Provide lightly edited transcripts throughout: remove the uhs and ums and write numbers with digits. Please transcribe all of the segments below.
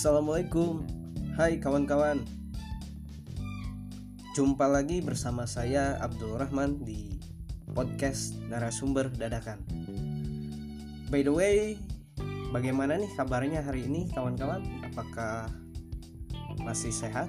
Assalamualaikum. Hai kawan-kawan. Jumpa lagi bersama saya Abdul Rahman di podcast Narasumber Dadakan. By the way, bagaimana nih kabarnya hari ini kawan-kawan? Apakah masih sehat?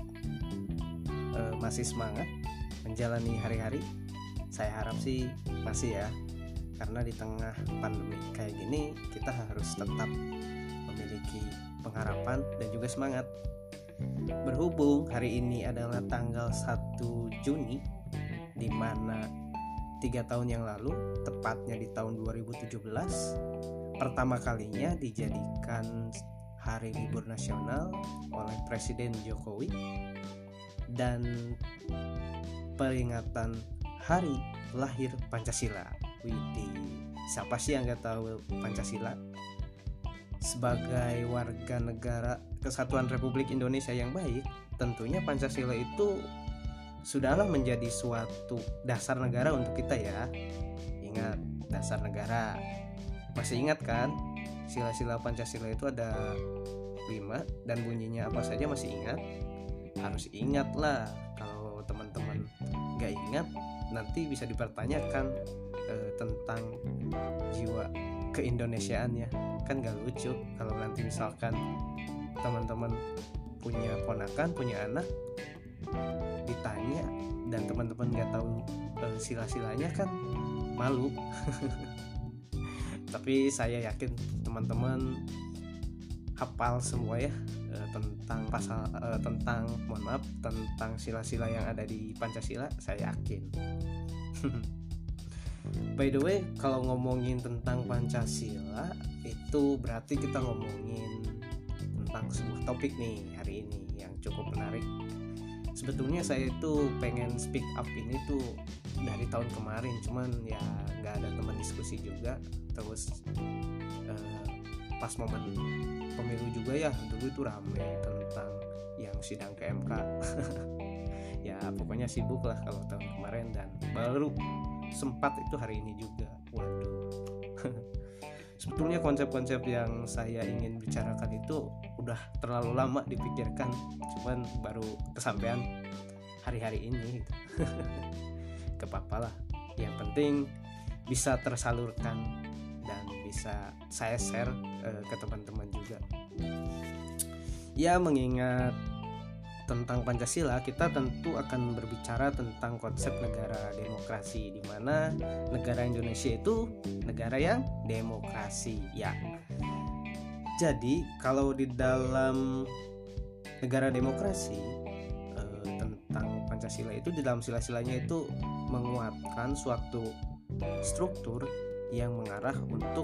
Masih semangat menjalani hari-hari? Saya harap sih masih ya. Karena di tengah pandemi kayak gini kita harus tetap memiliki pengharapan dan juga semangat. Berhubung hari ini adalah tanggal 1 Juni, di mana 3 tahun yang lalu, tepatnya di tahun 2017, pertama kalinya dijadikan hari libur nasional oleh Presiden Jokowi, dan peringatan hari lahir Pancasila. Widih, siapa sih yang gak tahu Pancasila? Sebagai warga negara Kesatuan Republik Indonesia yang baik, tentunya Pancasila itu sudahlah menjadi suatu dasar negara untuk kita ya. Ingat, dasar negara. Masih ingat kan? Sila-sila Pancasila itu ada 5 dan bunyinya apa saja masih ingat? Harus ingat lah. Kalau teman-teman gak ingat, nanti bisa dipertanyakan tentang jiwa keindonesiaannya. Kan gak lucu kalau nanti misalkan teman-teman punya ponakan, punya anak, ditanya dan teman-teman gak tahu sila-silanya, kan malu. Tapi saya yakin teman-teman hafal semua ya tentang tentang sila-sila yang ada di Pancasila, saya yakin. By the way, kalau ngomongin tentang Pancasila, itu berarti kita ngomongin tentang sebuah topik nih hari ini yang cukup menarik. Sebetulnya saya itu pengen speak up ini tuh dari tahun kemarin, cuman ya nggak ada teman diskusi juga. Terus pas momen pemilu juga ya, dulu itu rame tentang yang sidang ke MK. Ya pokoknya sibuk lah kalau tahun kemarin, dan baru sempat itu hari ini juga. Waduh. Sebetulnya konsep-konsep yang saya ingin bicarakan itu udah terlalu lama dipikirkan, cuman baru kesampaian hari-hari ini gitu. Kepapa lah. Yang penting bisa tersalurkan dan bisa saya share ke teman-teman juga. Ya, mengingat tentang Pancasila, kita tentu akan berbicara tentang konsep negara demokrasi, di mana negara Indonesia itu negara yang demokrasi ya. Jadi kalau di dalam negara demokrasi, tentang Pancasila itu di dalam sila-silanya itu menguatkan suatu struktur yang mengarah untuk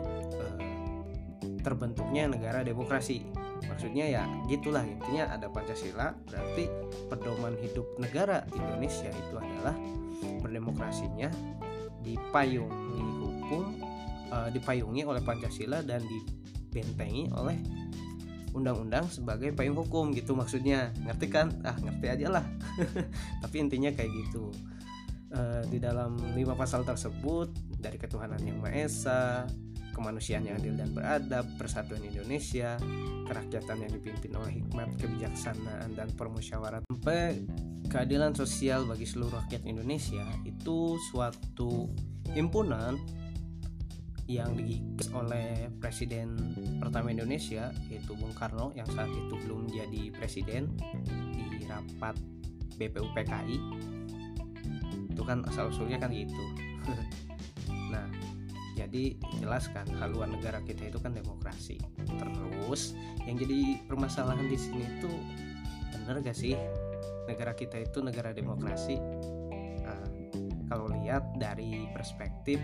terbentuknya negara demokrasi. Maksudnya ya gitulah, intinya ada Pancasila, berarti pedoman hidup negara Indonesia itu adalah berdemokrasinya dipayungi hukum, dipayungi oleh Pancasila dan dibentengi oleh undang-undang sebagai payung hukum gitu maksudnya. Ngerti kan? Ngerti aja lah. Tapi intinya kayak gitu. Di dalam 5 pasal tersebut, dari ketuhanan yang Maha Esa, kemanusiaan yang adil dan beradab, persatuan Indonesia, kerakyatan yang dipimpin oleh hikmat, kebijaksanaan, dan permusyawaratan, sampai keadilan sosial bagi seluruh rakyat Indonesia, itu suatu himpunan yang digagas oleh Presiden pertama Indonesia, yaitu Bung Karno, yang saat itu belum jadi presiden, di rapat BPUPKI. Itu kan asal-usulnya kan gitu. Nah, jadi jelaskan haluan negara kita itu kan demokrasi. Terus yang jadi permasalahan di sini tuh, bener gak sih negara kita itu negara demokrasi? Kalau lihat dari perspektif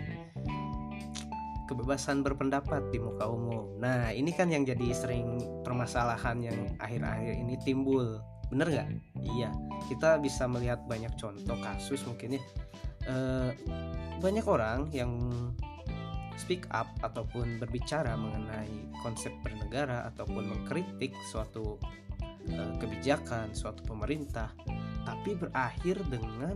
kebebasan berpendapat di muka umum. Nah ini kan yang jadi sering permasalahan yang akhir-akhir ini timbul. Bener gak? Iya, kita bisa melihat banyak contoh kasus mungkin ya. Banyak orang yang speak up ataupun berbicara mengenai konsep bernegara ataupun mengkritik suatu kebijakan, suatu pemerintah, tapi berakhir dengan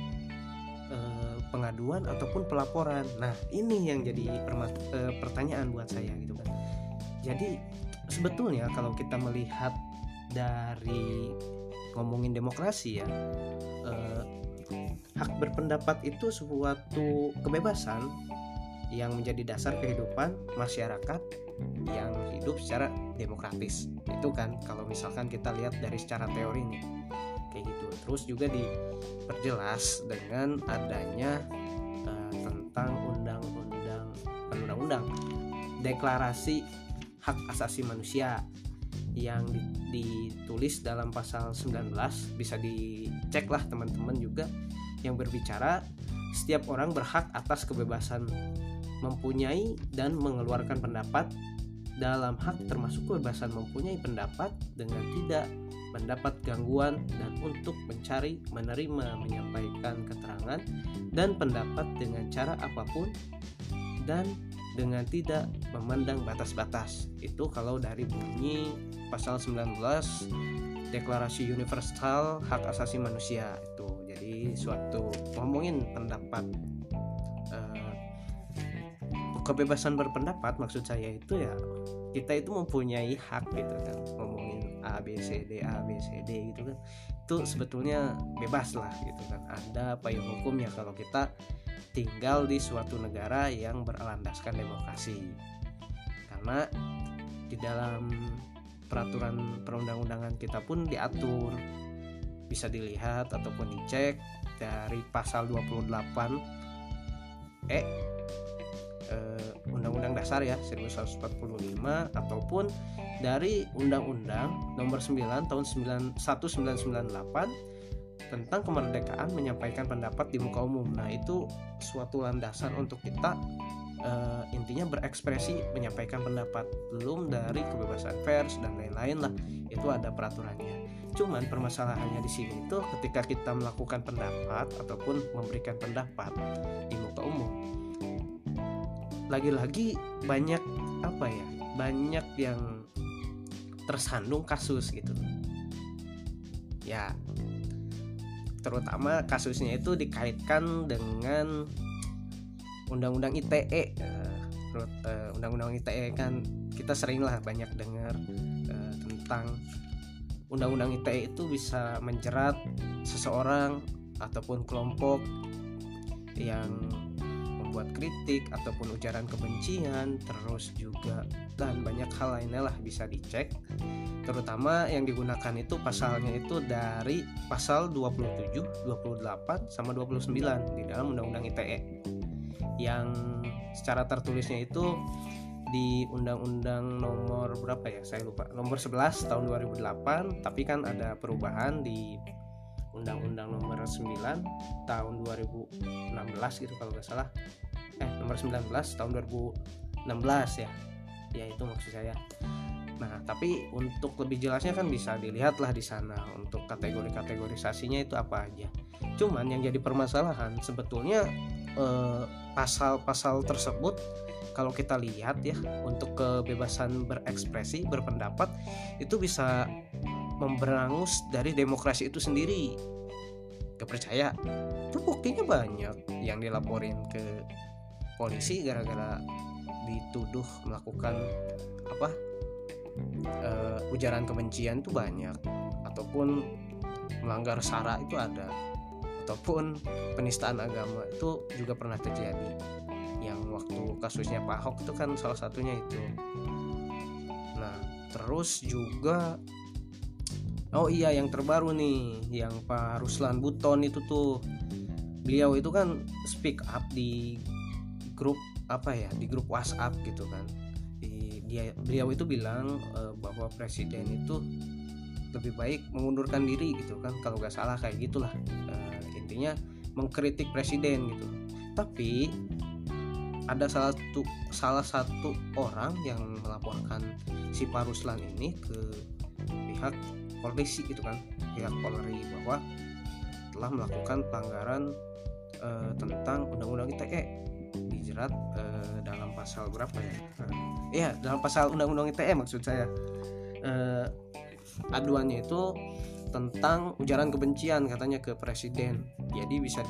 pengaduan ataupun pelaporan. Nah ini yang jadi pertanyaan buat saya gitu kan. Jadi sebetulnya kalau kita melihat dari ngomongin demokrasi ya, hak berpendapat itu suatu kebebasan yang menjadi dasar kehidupan masyarakat yang hidup secara demokratis. Itu kan kalau misalkan kita lihat dari secara teori nih kayak gitu. Terus juga diperjelas dengan adanya tentang undang-undang deklarasi hak asasi manusia yang ditulis dalam pasal 19. Bisa dicek lah teman-teman juga, yang berbicara setiap orang berhak atas kebebasan mempunyai dan mengeluarkan pendapat. Dalam hak termasuk kebebasan mempunyai pendapat dengan tidak mendapat gangguan dan untuk mencari, menerima, menyampaikan keterangan dan pendapat dengan cara apapun dan dengan tidak memandang batas-batas. Itu kalau dari bunyi pasal 19 Deklarasi Universal Hak Asasi Manusia itu. Jadi suatu ngomongin pendapat, kebebasan berpendapat, maksud saya itu ya kita itu mempunyai hak gitu kan. Ngomongin A B C D gitu kan, itu sebetulnya bebas lah gitu kan. Ada payung hukumnya kalau kita tinggal di suatu negara yang berlandaskan demokrasi. Karena di dalam peraturan perundang-undangan kita pun diatur, bisa dilihat ataupun dicek dari pasal 28 Undang-Undang Dasar ya 1945 ataupun dari Undang-Undang Nomor 9 tahun 1998 tentang kemerdekaan menyampaikan pendapat di muka umum. Nah, itu suatu landasan untuk kita intinya berekspresi, menyampaikan pendapat. Belum dari kebebasan pers dan lain-lain lah, itu ada peraturannya. Cuman permasalahannya di sini itu ketika kita melakukan pendapat ataupun memberikan pendapat di muka umum, lagi-lagi banyak banyak yang tersandung kasus gitu ya. Terutama kasusnya itu dikaitkan dengan Undang-Undang ITE. Undang-Undang ITE kan kita sering lah banyak dengar tentang Undang-Undang ITE itu bisa menjerat seseorang ataupun kelompok yang membuat kritik ataupun ujaran kebencian, terus juga dan banyak hal lainnya lah, bisa dicek. Terutama yang digunakan itu pasalnya itu dari pasal 27, 28 sama 29 di dalam Undang-Undang ITE. Yang secara tertulisnya itu di Undang-Undang nomor berapa ya, saya lupa, nomor 11 tahun 2008, tapi kan ada perubahan di Undang-Undang nomor 9 tahun 2016 gitu kalau nggak salah, nomor 19 tahun 2016 ya itu maksud saya. Nah, tapi untuk lebih jelasnya kan bisa dilihatlah di sana untuk kategorisasinya itu apa aja. Cuman yang jadi permasalahan sebetulnya pasal-pasal tersebut kalau kita lihat ya, untuk kebebasan berekspresi, berpendapat itu bisa memberangus dari demokrasi itu sendiri. Gak percaya? Itu buktinya banyak yang dilaporin ke polisi gara-gara dituduh melakukan ujaran kebencian itu banyak, ataupun melanggar SARA itu ada, ataupun penistaan agama itu juga pernah terjadi. Yang waktu kasusnya Pak Ahok itu kan salah satunya itu. Nah, terus juga yang terbaru nih, yang Pak Ruslan Buton itu tuh, beliau itu kan speak up di grup di grup WhatsApp gitu kan. Beliau itu bilang bahwa presiden itu lebih baik mengundurkan diri gitu kan, kalau nggak salah kayak gitulah. Intinya mengkritik presiden gitu. Tapi ada salah satu orang yang melaporkan si Pak Ruslan ini ke pihak polisi gitu kan, pihak Polri, bahwa telah melakukan pelanggaran tentang Undang-Undang ITE, dijerat dalam pasal berapa ya? Dalam pasal Undang-Undang ITE maksud saya. Aduannya itu tentang ujaran kebencian katanya ke presiden. Jadi bisa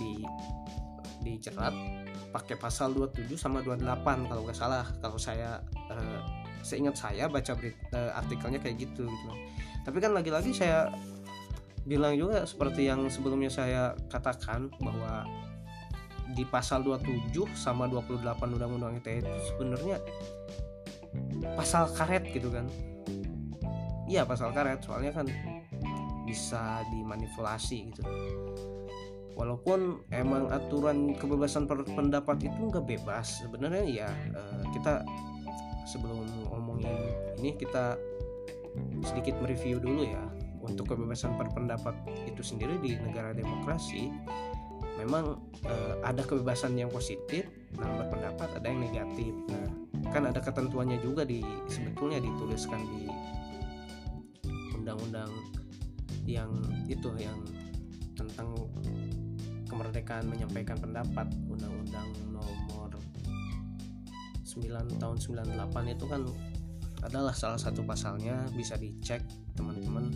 dijerat pakai pasal 27 sama 28 kalau nggak salah, kalau saya seingat saya baca artikelnya kayak gitu gitu. Tapi kan lagi-lagi saya bilang juga seperti yang sebelumnya saya katakan bahwa di pasal 27 sama 28 Undang-Undang ITE itu sebenarnya pasal karet gitu kan. Iya, pasal karet, soalnya kan bisa dimanipulasi gitu. Walaupun emang aturan kebebasan pendapat itu nggak bebas sebenarnya ya. Kita sebelum ngomongin ini kita sedikit mereview dulu ya. Untuk kebebasan berpendapat itu sendiri di negara demokrasi memang ada kebebasan yang positif dalam berpendapat, ada yang negatif. Nah, kan ada ketentuannya juga sebetulnya dituliskan di undang-undang yang tentang kemerdekaan menyampaikan pendapat, Undang-Undang nomor 9 tahun 98 itu kan adalah salah satu pasalnya, bisa dicek teman-teman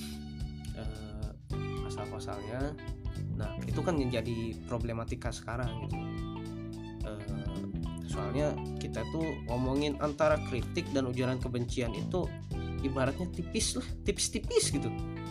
pasal-pasalnya. Nah, itu kan menjadi problematika sekarang gitu. Soalnya kita tuh ngomongin antara kritik dan ujaran kebencian itu ibaratnya tipis-tipis gitu.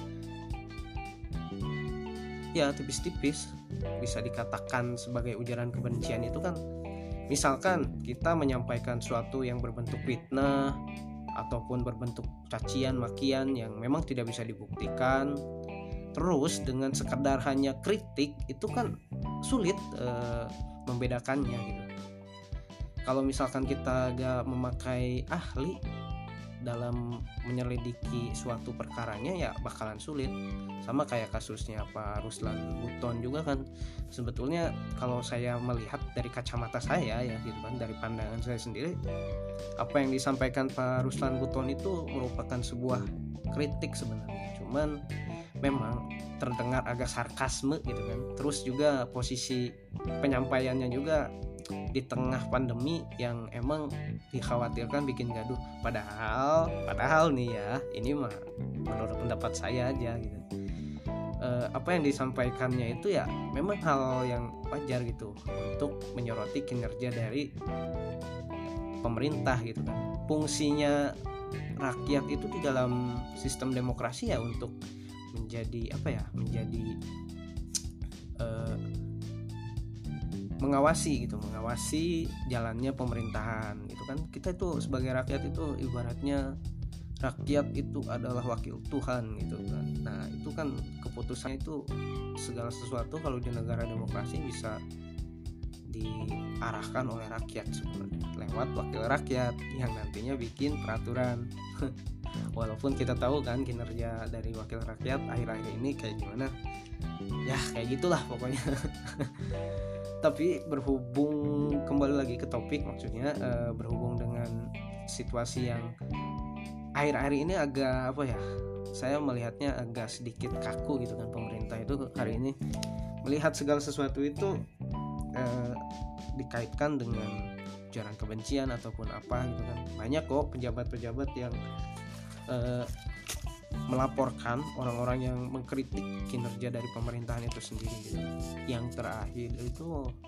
Ya, tipis-tipis bisa dikatakan sebagai ujaran kebencian itu kan misalkan kita menyampaikan sesuatu yang berbentuk fitnah ataupun berbentuk cacian makian yang memang tidak bisa dibuktikan, terus dengan sekedar hanya kritik itu kan sulit membedakannya gitu. Kalau misalkan kita gak memakai ahli dalam menyelidiki suatu perkaranya ya bakalan sulit. Sama kayak kasusnya Pak Ruslan Buton juga kan, sebetulnya kalau saya melihat dari kacamata saya ya gitu kan, dari pandangan saya sendiri, apa yang disampaikan Pak Ruslan Buton itu merupakan sebuah kritik sebenarnya, cuman memang terdengar agak sarkasme gitu kan. Terus juga posisi penyampaiannya juga di tengah pandemi yang emang dikhawatirkan bikin gaduh, padahal nih ya, ini mah menurut pendapat saya aja gitu. Apa yang disampaikannya itu ya memang hal yang wajar gitu untuk menyoroti kinerja dari pemerintah gitu kan. Fungsinya rakyat itu di dalam sistem demokrasi ya untuk menjadi mengawasi jalannya pemerintahan gitu kan. Kita itu sebagai rakyat itu ibaratnya rakyat itu adalah wakil Tuhan gitu kan. Nah, itu kan keputusan itu segala sesuatu kalau di negara demokrasi bisa diarahkan oleh rakyat sebenarnya lewat wakil rakyat yang nantinya bikin peraturan. Walaupun kita tahu kan kinerja dari wakil rakyat akhir-akhir ini kayak gimana ya, kayak gitulah pokoknya. Tapi berhubung kembali lagi ke topik, maksudnya berhubung dengan situasi yang akhir-akhir ini agak saya melihatnya agak sedikit kaku gitu kan. Pemerintah itu hari ini melihat segala sesuatu itu dikaitkan dengan ujaran kebencian ataupun apa gitu kan. Banyak kok pejabat-pejabat yang melaporkan orang-orang yang mengkritik kinerja dari pemerintahan itu sendiri gitu. Yang terakhir itu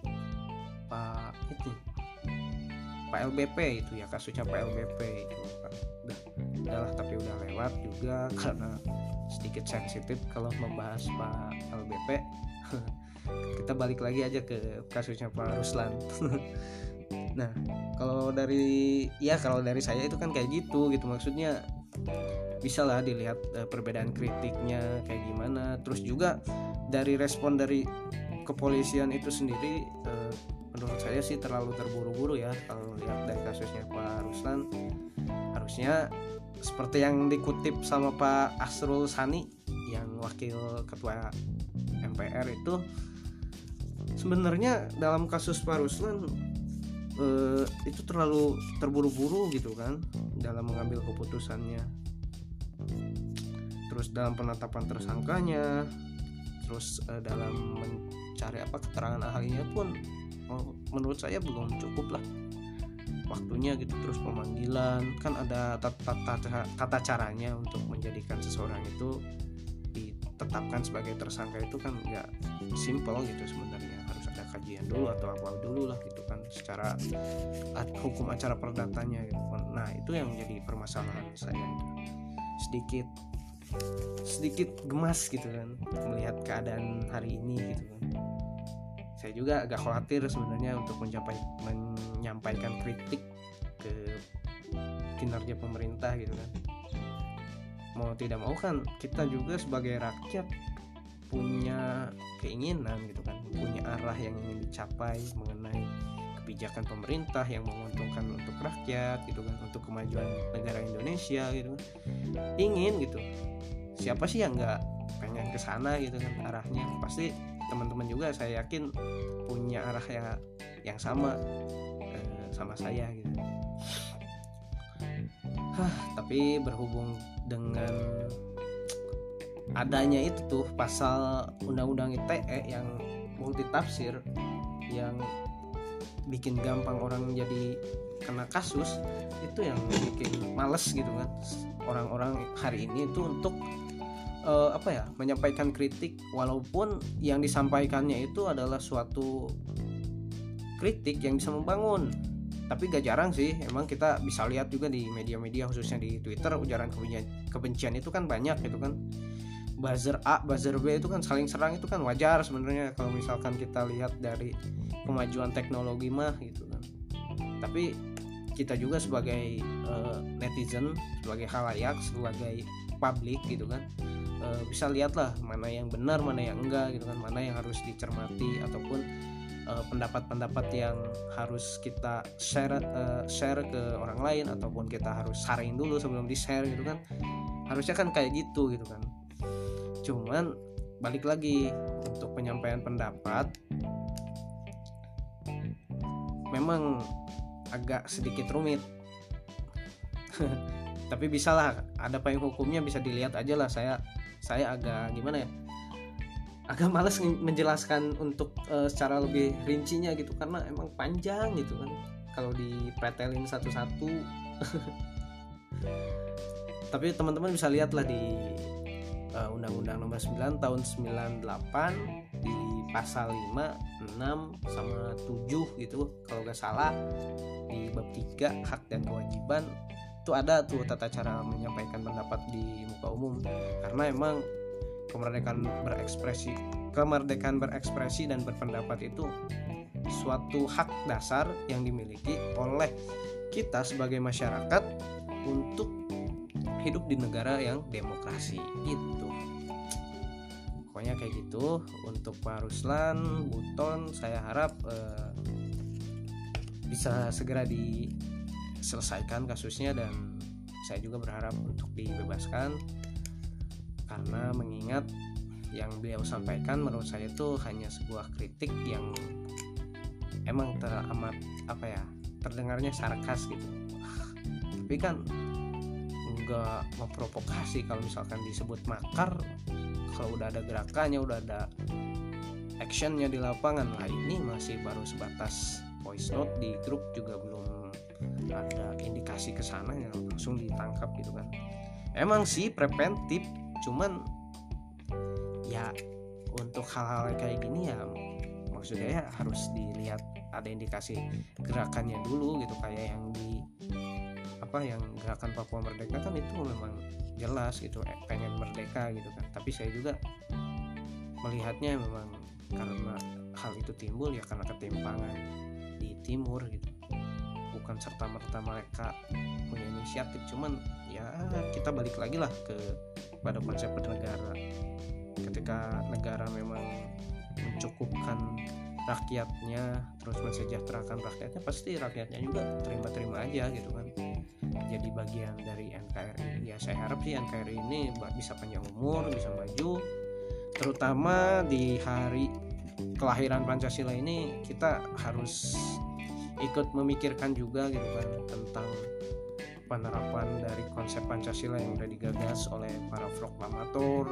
Pak LBP itu ya, kasusnya Pak LBP itu kan udahlah, tapi udah lewat juga karena sedikit sensitif kalau membahas Pak LBP. Kita balik lagi aja ke kasusnya Pak Ruslan. Nah, kalau dari saya itu kan kayak gitu maksudnya bisa lah dilihat perbedaan kritiknya kayak gimana. Terus juga dari respon dari kepolisian itu sendiri, menurut saya sih terlalu terburu-buru ya. Kalau lihat dari kasusnya Pak Ruslan, harusnya seperti yang dikutip sama Pak Asrul Sani yang wakil ketua MPR itu, sebenarnya dalam kasus Pak Ruslan itu terlalu terburu-buru gitu kan dalam mengambil keputusannya. Terus dalam penetapan tersangkanya, terus dalam mencari keterangan ahlinya pun menurut saya belum cukup lah waktunya gitu. Terus pemanggilan kan ada tata caranya untuk menjadikan seseorang itu ditetapkan sebagai tersangka, itu kan nggak simple gitu sebenarnya. Harus ada ujian dulu atau apa dulu lah gitu kan, secara hukum acara perdatanya gitu kan. Nah itu yang menjadi permasalahan saya itu. sedikit gemas gitu kan melihat keadaan hari ini gitu kan. Saya juga agak khawatir sebenarnya untuk menyampaikan kritik ke kinerja pemerintah gitu kan. Mau tidak mau kan kita juga sebagai rakyat punya keinginan gitu kan, punya arah yang ingin dicapai mengenai kebijakan pemerintah yang menguntungkan untuk rakyat gitu kan, untuk kemajuan negara Indonesia gitu kan. Ingin gitu, siapa sih yang nggak pengen ke sana gitu kan arahnya. Pasti teman-teman juga saya yakin punya arah yang sama sama saya gitu. Tapi berhubung dengan adanya itu tuh pasal undang-undang ITE yang multitafsir, yang bikin gampang orang jadi kena kasus, itu yang bikin males gitu kan orang-orang hari ini itu untuk menyampaikan kritik, walaupun yang disampaikannya itu adalah suatu kritik yang bisa membangun. Tapi gak jarang sih emang kita bisa lihat juga di media-media, khususnya di Twitter, ujaran kebencian itu kan banyak gitu kan. Buzzer A, buzzer B itu kan saling serang, itu kan wajar sebenarnya kalau misalkan kita lihat dari kemajuan teknologi mah gitu kan. Tapi kita juga sebagai netizen, sebagai khalayak, sebagai publik gitu kan, bisa lihatlah mana yang benar, mana yang enggak gitu kan, mana yang harus dicermati ataupun pendapat-pendapat yang harus kita share ke orang lain, ataupun kita harus saring dulu sebelum di-share gitu kan. Harusnya kan kayak gitu kan. Cuman balik lagi, untuk penyampaian pendapat memang agak sedikit rumit. Tapi bisalah, ada payung hukumnya, bisa dilihat aja lah. Saya agak gimana ya, agak malas menjelaskan untuk secara lebih rincinya gitu, karena emang panjang gitu kan kalau dipretelin satu-satu. Tapi teman-teman bisa lihatlah di Undang-Undang Nomor 9 Tahun 98 di pasal 5, 6 sama 7 gitu kalau gak salah, di bab 3 hak dan kewajiban itu ada tuh tata cara menyampaikan pendapat di muka umum. Karena emang kemerdekaan berekspresi dan berpendapat itu suatu hak dasar yang dimiliki oleh kita sebagai masyarakat untuk hidup di negara yang demokrasi gitu. Pokoknya kayak gitu. Untuk Pak Ruslan, Buton, saya harap bisa segera diselesaikan kasusnya, dan saya juga berharap untuk dibebaskan. Karena mengingat yang beliau sampaikan menurut saya itu hanya sebuah kritik yang emang teramat terdengarnya sarkas gitu. Tapi kan enggak memprovokasi. Kalau misalkan disebut makar, kalau udah ada gerakannya, udah ada actionnya di lapangan, lah ini masih baru sebatas voice note di grup, juga belum ada indikasi ke sana yang langsung ditangkap gitu kan. Emang sih preventif, cuman ya untuk hal-hal kayak gini ya maksudnya ya harus dilihat ada indikasi gerakannya dulu gitu. Kayak yang gerakan Papua Merdeka kan itu memang jelas gitu, pengen merdeka gitu kan. Tapi saya juga melihatnya memang karena hal itu timbul ya karena ketimpangan di timur gitu, bukan serta-merta mereka punya inisiatif. Cuman ya kita balik lagi lah pada konsep bernegara. Ketika negara memang mencukupkan rakyatnya, terus mensejahterakan rakyatnya, pasti rakyatnya juga terima-terima aja gitu kan, jadi bagian dari NKRI. Ya saya harap sih NKRI ini bisa panjang umur, bisa maju, terutama di hari kelahiran Pancasila ini. Kita harus ikut memikirkan juga gitu kan tentang penerapan dari konsep Pancasila yang sudah digagas oleh para proklamator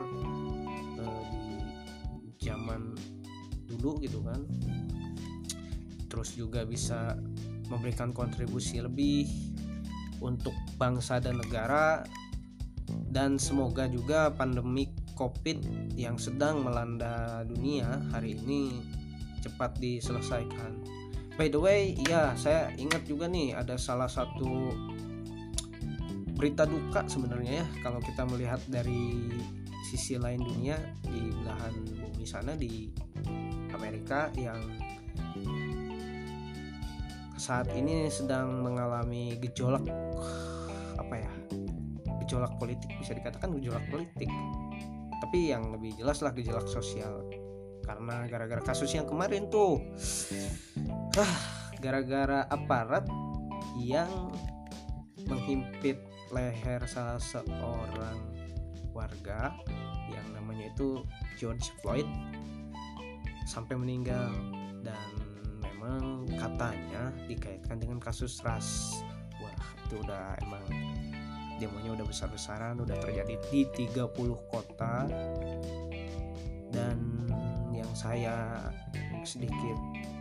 di zaman dulu gitu kan. Terus juga bisa memberikan kontribusi lebih untuk bangsa dan negara. Dan semoga juga pandemi COVID yang sedang melanda dunia hari ini cepat diselesaikan. By the way, ya saya ingat juga nih ada salah satu berita duka sebenarnya ya, kalau kita melihat dari sisi lain dunia, di belahan bumi sana di Amerika yang saat ini sedang mengalami gejolak politik, bisa dikatakan gejolak politik, tapi yang lebih jelas lah gejolak sosial, karena gara-gara kasus yang kemarin tuh gara-gara aparat yang menghimpit leher salah seorang warga yang namanya itu George Floyd sampai meninggal, dan memang katanya dikaitkan dengan kasus ras. Wah, itu udah emang demonya udah besar-besaran, udah terjadi di 30 kota. Dan yang saya sedikit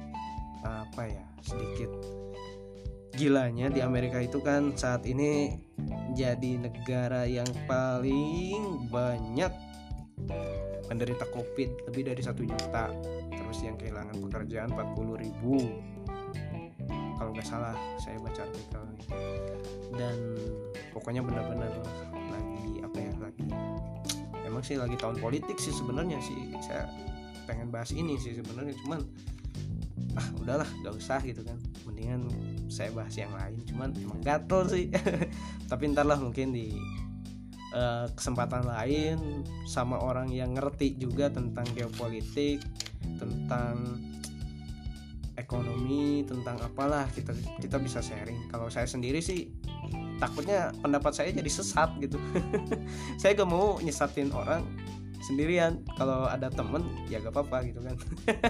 gilanya di Amerika itu kan saat ini jadi negara yang paling banyak penderita COVID, lebih dari 1 juta. Terus yang kehilangan pekerjaan 40.000 kalau nggak salah, saya baca artikelnya. Dan pokoknya benar-benar lagi memang sih lagi tahun politik sih sebenarnya sih. Saya pengen bahas ini sih sebenarnya, cuman udahlah nggak usah gitu kan, mendingan saya bahas yang lain, cuman emang gatel sih. Tapi ntar lah mungkin di kesempatan lain sama orang yang ngerti juga tentang geopolitik, tentang ekonomi, tentang apalah, kita bisa sharing. Kalau saya sendiri sih takutnya pendapat saya jadi sesat gitu. Saya gak mau nyesatin orang sendirian. Kalau ada temen ya gak apa-apa gitu kan.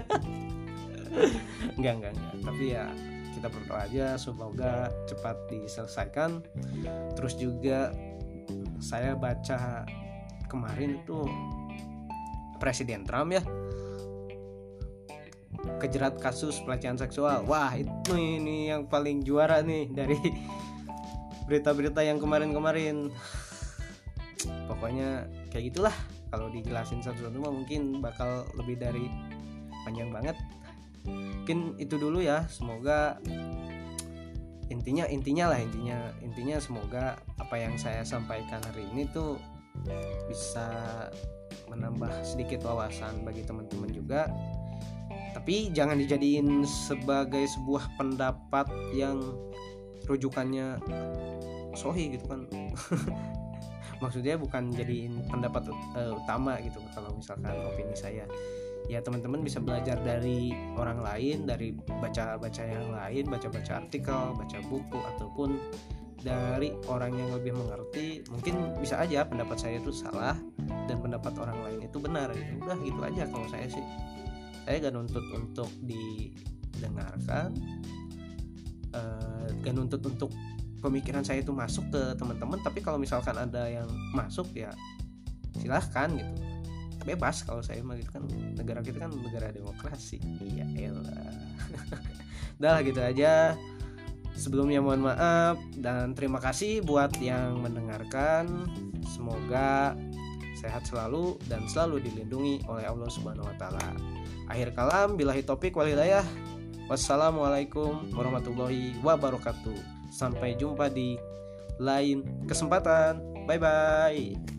enggak, tapi ya kita berdoa aja semoga cepat diselesaikan. Terus juga saya baca kemarin itu Presiden Trump ya kejerat kasus pelecehan seksual. Wah, itu ini yang paling juara nih dari berita-berita yang kemarin-kemarin. Pokoknya kayak gitulah. Kalau dijelasin satu-satu mah mungkin bakal lebih dari panjang banget. Mungkin itu dulu ya. Semoga intinya semoga apa yang saya sampaikan hari ini tuh bisa menambah sedikit wawasan bagi teman-teman juga. Tapi jangan dijadiin sebagai sebuah pendapat yang rujukannya sahih gitu kan. Maksudnya bukan jadiin pendapat utama gitu kalau misalkan opini saya. Ya teman-teman bisa belajar dari orang lain, dari baca-baca yang lain, baca-baca artikel, baca buku, ataupun dari orang yang lebih mengerti. Mungkin bisa aja pendapat saya itu salah dan pendapat orang lain itu benar gitu. Udah gitu aja kalau saya sih. Saya gak nuntut untuk didengarkan, gak nuntut untuk pemikiran saya itu masuk ke teman-teman. Tapi kalau misalkan ada yang masuk ya silahkan gitu, bebas. Kalau saya mah gitu kan, negara kita kan negara demokrasi. Iya elah. Udah lah gitu aja. Sebelumnya mohon maaf dan terima kasih buat yang mendengarkan. Semoga sehat selalu dan selalu dilindungi oleh Allah Subhanahu wa taala. Akhir kalam, billahi taufik wal hidayah. Wassalamualaikum warahmatullahi wabarakatuh. Sampai jumpa di lain kesempatan. Bye bye.